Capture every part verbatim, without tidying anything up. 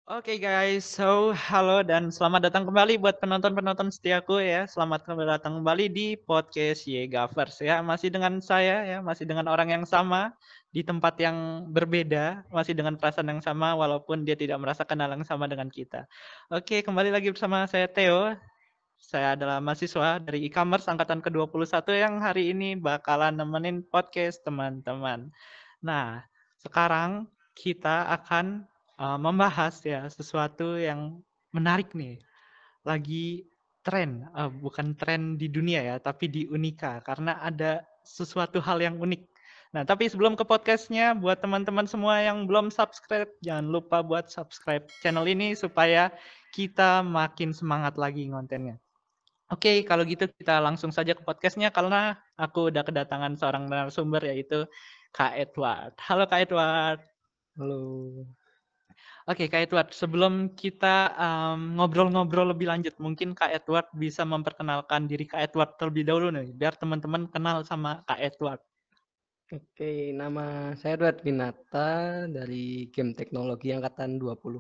Oke guys, so halo dan selamat datang kembali buat penonton-penonton setiaku ya. Selamat kembali datang kembali di podcast Yegavers ya. Masih dengan saya ya, masih dengan orang yang sama di tempat yang berbeda, masih dengan perasaan yang sama walaupun dia tidak merasakan hal yang sama dengan kita. Oke, kembali lagi bersama saya Theo. Saya adalah mahasiswa dari e-commerce angkatan ke dua puluh satu yang hari ini bakalan nemenin podcast teman-teman. Nah, sekarang kita akan uh, membahas ya sesuatu yang menarik nih. Lagi tren, uh, bukan tren di dunia ya, tapi di Unika karena ada sesuatu hal yang unik. Nah, tapi sebelum ke podcastnya, buat teman-teman semua yang belum subscribe, jangan lupa buat subscribe channel ini supaya kita makin semangat lagi kontennya. Oke, kalau gitu kita langsung saja ke podcastnya karena aku udah kedatangan seorang narasumber yaitu Kak Edward. Halo Kak Edward. Halo. Oke Kak Edward, sebelum kita um, ngobrol-ngobrol lebih lanjut, mungkin Kak Edward bisa memperkenalkan diri Kak Edward terlebih dahulu nih, biar teman-teman kenal sama Kak Edward. Oke, nama saya Edward Winata dari Game Teknologi Angkatan dua puluh.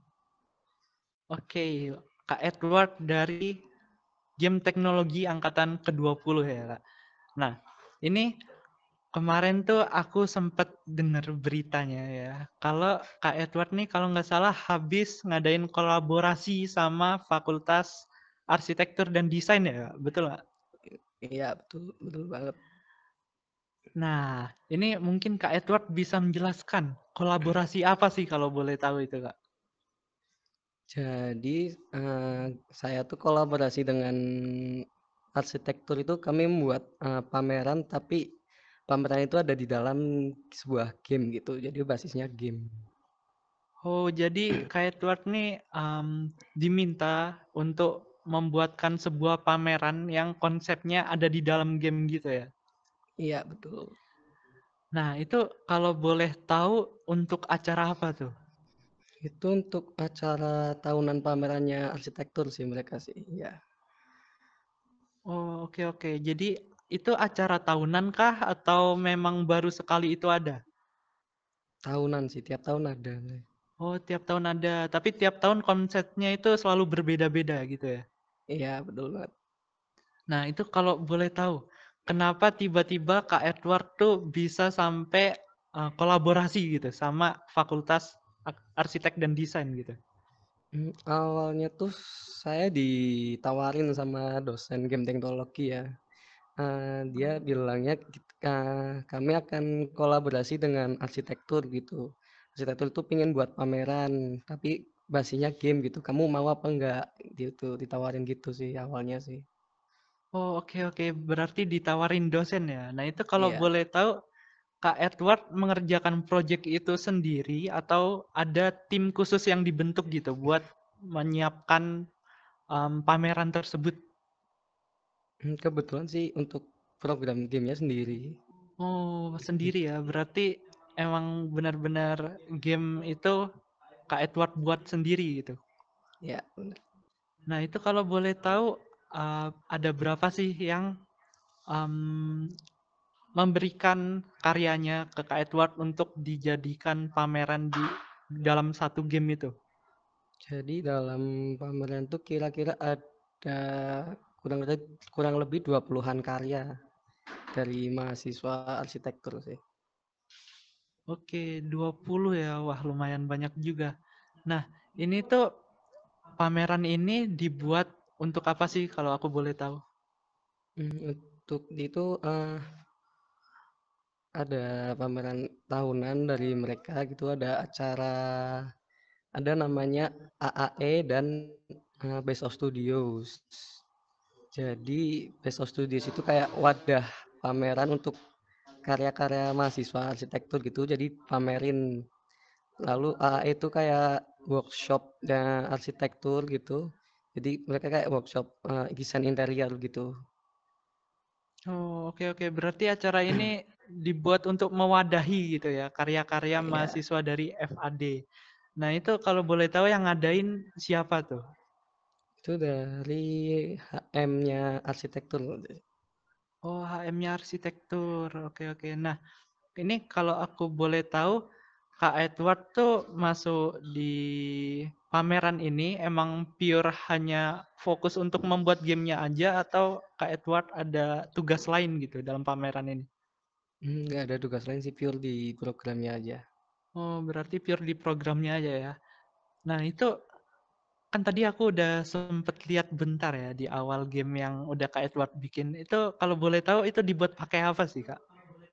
Oke, Kak Edward dari Game Teknologi Angkatan ke dua puluh ya Kak. Nah, ini kemarin tuh aku sempet denger beritanya ya, kalau Kak Edward nih kalau nggak salah habis ngadain kolaborasi sama Fakultas Arsitektur dan Desain ya, betul nggak? Iya, betul, betul banget. Nah, ini mungkin Kak Edward bisa menjelaskan kolaborasi apa sih kalau boleh tahu itu Kak? Jadi, eh, saya tuh kolaborasi dengan arsitektur itu kami membuat eh, pameran, tapi pameran itu ada di dalam sebuah game gitu. Jadi basisnya game. Oh, jadi Kak Edward nih um, diminta untuk membuatkan sebuah pameran yang konsepnya ada di dalam game gitu ya? Iya, betul. Nah, itu kalau boleh tahu untuk acara apa tuh? Itu untuk acara tahunan pamerannya arsitektur sih mereka sih. Ya, Oh, oke oke. Jadi itu acara tahunan kah atau memang baru sekali itu ada? tahunan sih, tiap tahun ada. Oh, tiap tahun ada. Tapi tiap tahun konsepnya itu selalu berbeda-beda gitu ya. Iya, betul banget. Nah, itu kalau boleh tahu, kenapa tiba-tiba Kak Edward tuh bisa sampai uh, kolaborasi gitu sama Fakultas Ak- Arsitek dan Desain gitu? Hmm, awalnya tuh saya ditawarin sama dosen game teknologi ya. Eh, dia bilangnya kit- eh, kami akan kolaborasi dengan arsitektur gitu. Arsitektur itu pengen buat pameran, tapi basisnya game gitu. Kamu mau apa enggak? Gitu, ditawarin gitu sih awalnya sih. Oh, oke oke. Berarti ditawarin dosen ya. Nah, itu kalau Iya. boleh tahu Kak Edward mengerjakan proyek itu sendiri atau ada tim khusus yang dibentuk gitu buat menyiapkan um, pameran tersebut? Hmm, Kebetulan sih untuk program gamenya sendiri. Oh, sendiri ya. Berarti emang benar-benar game itu Kak Edward buat sendiri gitu. Ya, bener. Nah, itu kalau boleh tahu uh, ada berapa sih yang um, memberikan karyanya ke Kak Edward untuk dijadikan pameran di dalam satu game itu? Jadi dalam pameran itu kira-kira ada kurang lebih kurang lebih dua puluhan karya dari mahasiswa arsitektur sih. Oke, dua puluh ya. Wah, lumayan banyak juga. Nah, ini tuh pameran ini dibuat untuk apa sih kalau aku boleh tahu? Hmm, Untuk itu eh, ada pameran tahunan dari mereka gitu, ada acara, ada namanya A A E dan eh, Best of Studios. Jadi Best of Studios itu kayak wadah pameran untuk karya-karya mahasiswa arsitektur gitu. Jadi pamerin. Lalu A A E itu kayak workshop dan arsitektur gitu. Jadi mereka kayak workshop eh, desain interior gitu. Oh, oke oke. Berarti acara ini dibuat untuk mewadahi gitu ya karya-karya Ya, mahasiswa dari F A D. Nah, itu kalau boleh tahu yang ngadain siapa tuh? itu dari H M-nya arsitektur. Oh, H M-nya arsitektur. Oke oke. Nah, ini kalau aku boleh tahu Kak Edward tuh masuk di pameran ini emang pure hanya fokus untuk membuat gamenya aja atau Kak Edward ada tugas lain gitu dalam pameran ini? Mmm, nggak ada tugas lain sih, pure di programnya aja. Oh, berarti pure di programnya aja ya. Nah, itu kan tadi aku udah sempet lihat bentar ya di awal game yang udah Kak Edward bikin. Itu kalau boleh tahu itu dibuat pakai apa sih, Kak?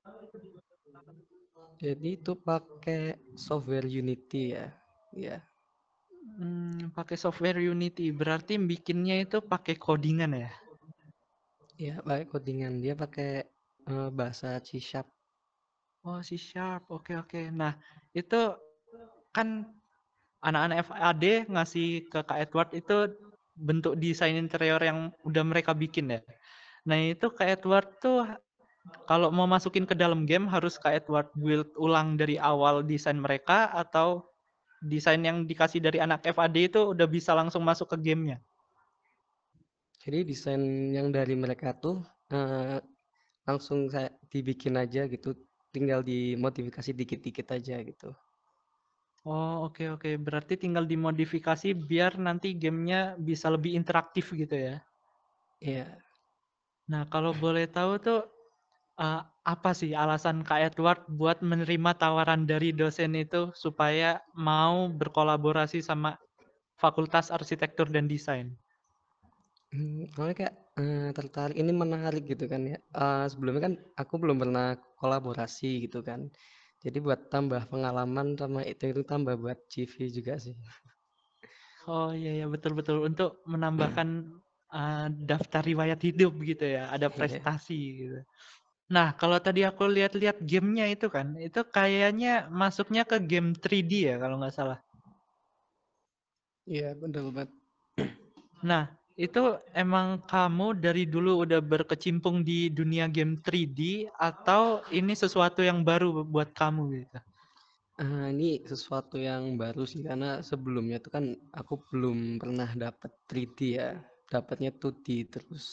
Jadi itu pakai software Unity ya. Iya, Hmm, pakai software Unity. Berarti bikinnya itu pakai codingan ya? iya pakai codingan. Dia pakai, eee, bahasa C Sharp. Oh, C Sharp. Oke, oke. Nah, itu kan anak-anak F A D ngasih ke Kak Edward itu bentuk desain interior yang udah mereka bikin ya. Nah, itu Kak Edward tuh kalau mau masukin ke dalam game harus Kak Edward build ulang dari awal desain mereka atau desain yang dikasih dari anak F A D itu udah bisa langsung masuk ke gamenya? Jadi desain yang dari mereka tuh, eee, langsung saya dibikin aja gitu, tinggal dimodifikasi dikit-dikit aja gitu. Oh, oke, oke. Berarti tinggal dimodifikasi biar nanti gamenya bisa lebih interaktif gitu ya. Iya. Nah, kalau boleh tahu tuh eh, apa sih alasan Kak Edward buat menerima tawaran dari dosen itu supaya mau berkolaborasi sama Fakultas Arsitektur dan Desain? Mmm, awalnya kayak, eee, tertarik, ini menarik gitu kan ya, eee, sebelumnya kan aku belum pernah kolaborasi gitu kan. Jadi buat tambah pengalaman sama itu itu tambah buat C V juga sih. Oh iya ya, betul betul untuk menambahkan eh, daftar riwayat hidup gitu ya, ada Iya. prestasi gitu. Nah, kalau tadi aku lihat-lihat gamenya itu kan, itu kayaknya masuknya ke game tiga D ya kalau nggak salah. Iya, bener banget. Nah, itu emang kamu dari dulu udah berkecimpung di dunia game tiga D atau ini sesuatu yang baru buat kamu gitu? Ah, ini sesuatu yang baru sih karena sebelumnya tuh kan aku belum pernah dapet tiga D ya, dapatnya dua D terus.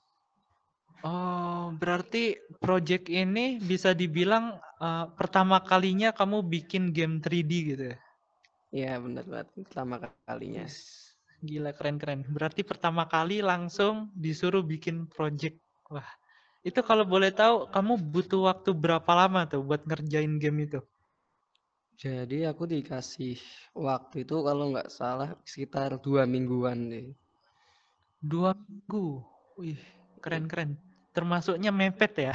Oh, berarti project ini bisa dibilang eh, pertama kalinya kamu bikin game tiga D gitu ya? Iya bener banget, pertama kalinya. Wis, gila keren-keren. Berarti pertama kali langsung disuruh bikin project. Wah, itu kalau boleh tahu kamu butuh waktu berapa lama tuh buat ngerjain game itu? Jadi aku dikasih waktu itu kalau nggak salah sekitar dua mingguan deh. Dua minggu. Wih, keren-keren. Termasuknya mepet ya.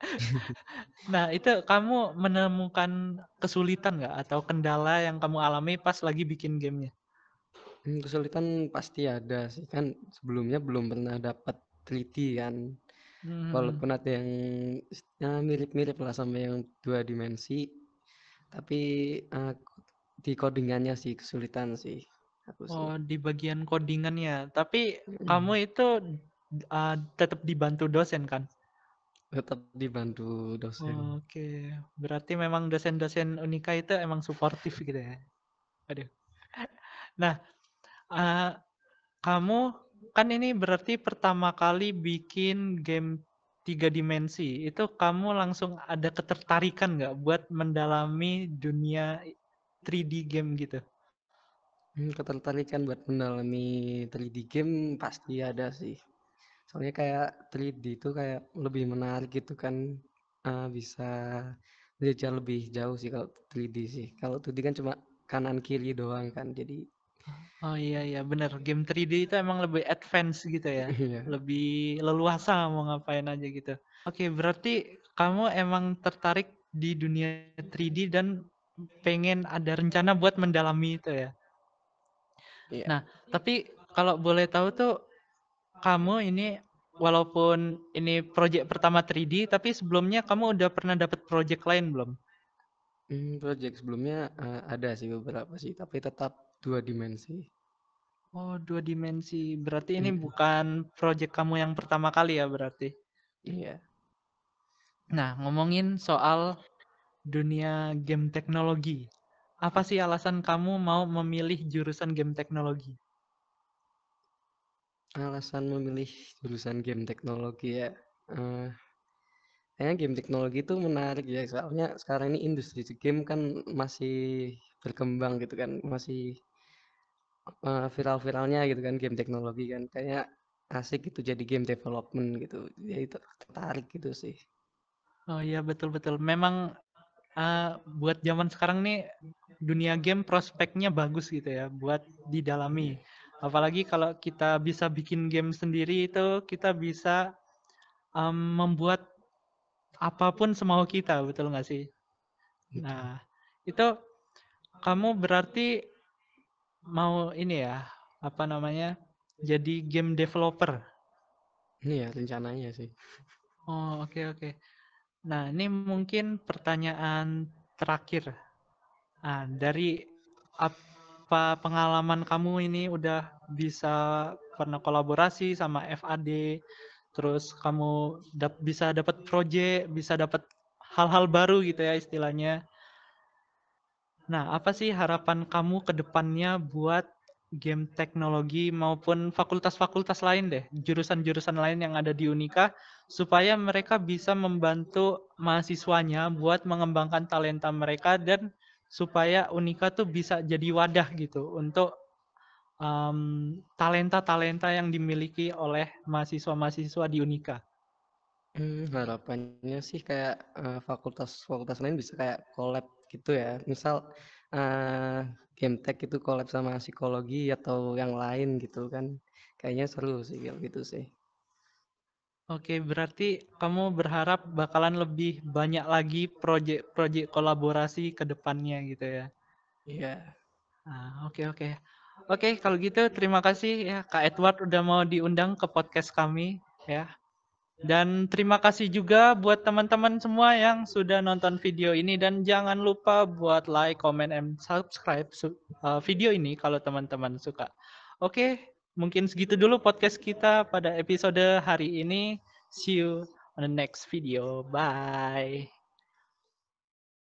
Nah, itu kamu menemukan kesulitan nggak atau kendala yang kamu alami pas lagi bikin gamenya? Hmm, kesulitan pasti ada sih kan sebelumnya belum pernah dapat tiga D kan. Hmm. Walaupun ada yang ya, mirip-mirip lah sama yang dua dimensi, tapi eh, di codingannya sih kesulitan sih aku sih. Oh, di bagian codingannya. Tapi kamu Mm. itu uh, tetap dibantu dosen kan? Tetap dibantu dosen. Oke, berarti memang dosen-dosen Unika itu emang suportif gitu ya. Aduh. Nah, uh, kamu kan ini berarti pertama kali bikin game tiga dimensi. Itu kamu langsung ada ketertarikan nggak buat mendalami dunia tiga D game gitu? Hmm, ketertarikan buat mendalami tiga D game pasti ada sih. Soalnya kayak tiga D itu kayak lebih menarik gitu kan. Eh, bisa belajar lebih jauh sih kalau tiga D sih. Kalau dua D kan cuma kanan kiri doang kan. Jadi Oh iya iya bener, game tiga D itu emang lebih advance gitu ya. iya. Lebih leluasa mau ngapain aja gitu. Oke, berarti kamu emang tertarik di dunia tiga D dan pengen ada rencana buat mendalami itu ya. Iya. Nah, tapi kalau boleh tahu tuh kamu ini walaupun ini project pertama tiga D, tapi sebelumnya kamu udah pernah dapat project lain belum? Hmm, project sebelumnya eh, ada sih beberapa sih, tapi tetap dua dimensi. Oh, dua dimensi. Berarti ini Mm, bukan project kamu yang pertama kali ya berarti. iya. Nah, ngomongin soal dunia game teknologi. Apa sih alasan kamu mau memilih jurusan game teknologi? Alasan memilih jurusan game teknologi ya. Eh, kayaknya game teknologi itu menarik ya, soalnya sekarang ini industri game kan masih berkembang gitu kan, masih uh, viral-viralnya gitu kan game teknologi kan kayaknya asik gitu jadi game development gitu. Jadi ter- tertarik gitu sih. Oh iya betul-betul. Memang uh, buat zaman sekarang nih dunia game prospeknya bagus gitu ya buat didalami. Apalagi kalau kita bisa bikin game sendiri itu kita bisa um, membuat apapun semau kita, betul nggak sih? Gitu. Nah, itu kamu berarti mau ini ya, apa namanya, jadi game developer. Ini ya rencananya sih. Oh, oke oke. Nah, ini mungkin pertanyaan terakhir. Nah, dari apa pengalaman kamu ini udah bisa pernah kolaborasi sama F A D, terus kamu dap- bisa dapat project, bisa dapat hal-hal baru gitu ya istilahnya. Nah, apa sih harapan kamu ke depannya buat game teknologi maupun fakultas-fakultas lain deh, jurusan-jurusan lain yang ada di Unika, supaya mereka bisa membantu mahasiswanya buat mengembangkan talenta mereka dan supaya Unika tuh bisa jadi wadah gitu untuk um, talenta-talenta yang dimiliki oleh mahasiswa-mahasiswa di Unika. Hmm, harapannya sih kayak eh, fakultas-fakultas lain bisa kayak collab gitu ya. Misal eh, game tech itu collab sama psikologi atau yang lain gitu kan. Kayaknya seru sih kalau gitu sih. Oke, berarti kamu berharap bakalan lebih banyak lagi proyek-proyek kolaborasi ke depannya gitu ya. Iya. Ah, oke oke. Oke, kalau gitu terima kasih ya Kak Edward udah mau diundang ke podcast kami ya. Dan terima kasih juga buat teman-teman semua yang sudah nonton video ini dan jangan lupa buat like, comment, and subscribe su- uh, video ini kalau teman-teman suka. Oke, mungkin segitu dulu podcast kita pada episode hari ini. See you on the next video. Bye.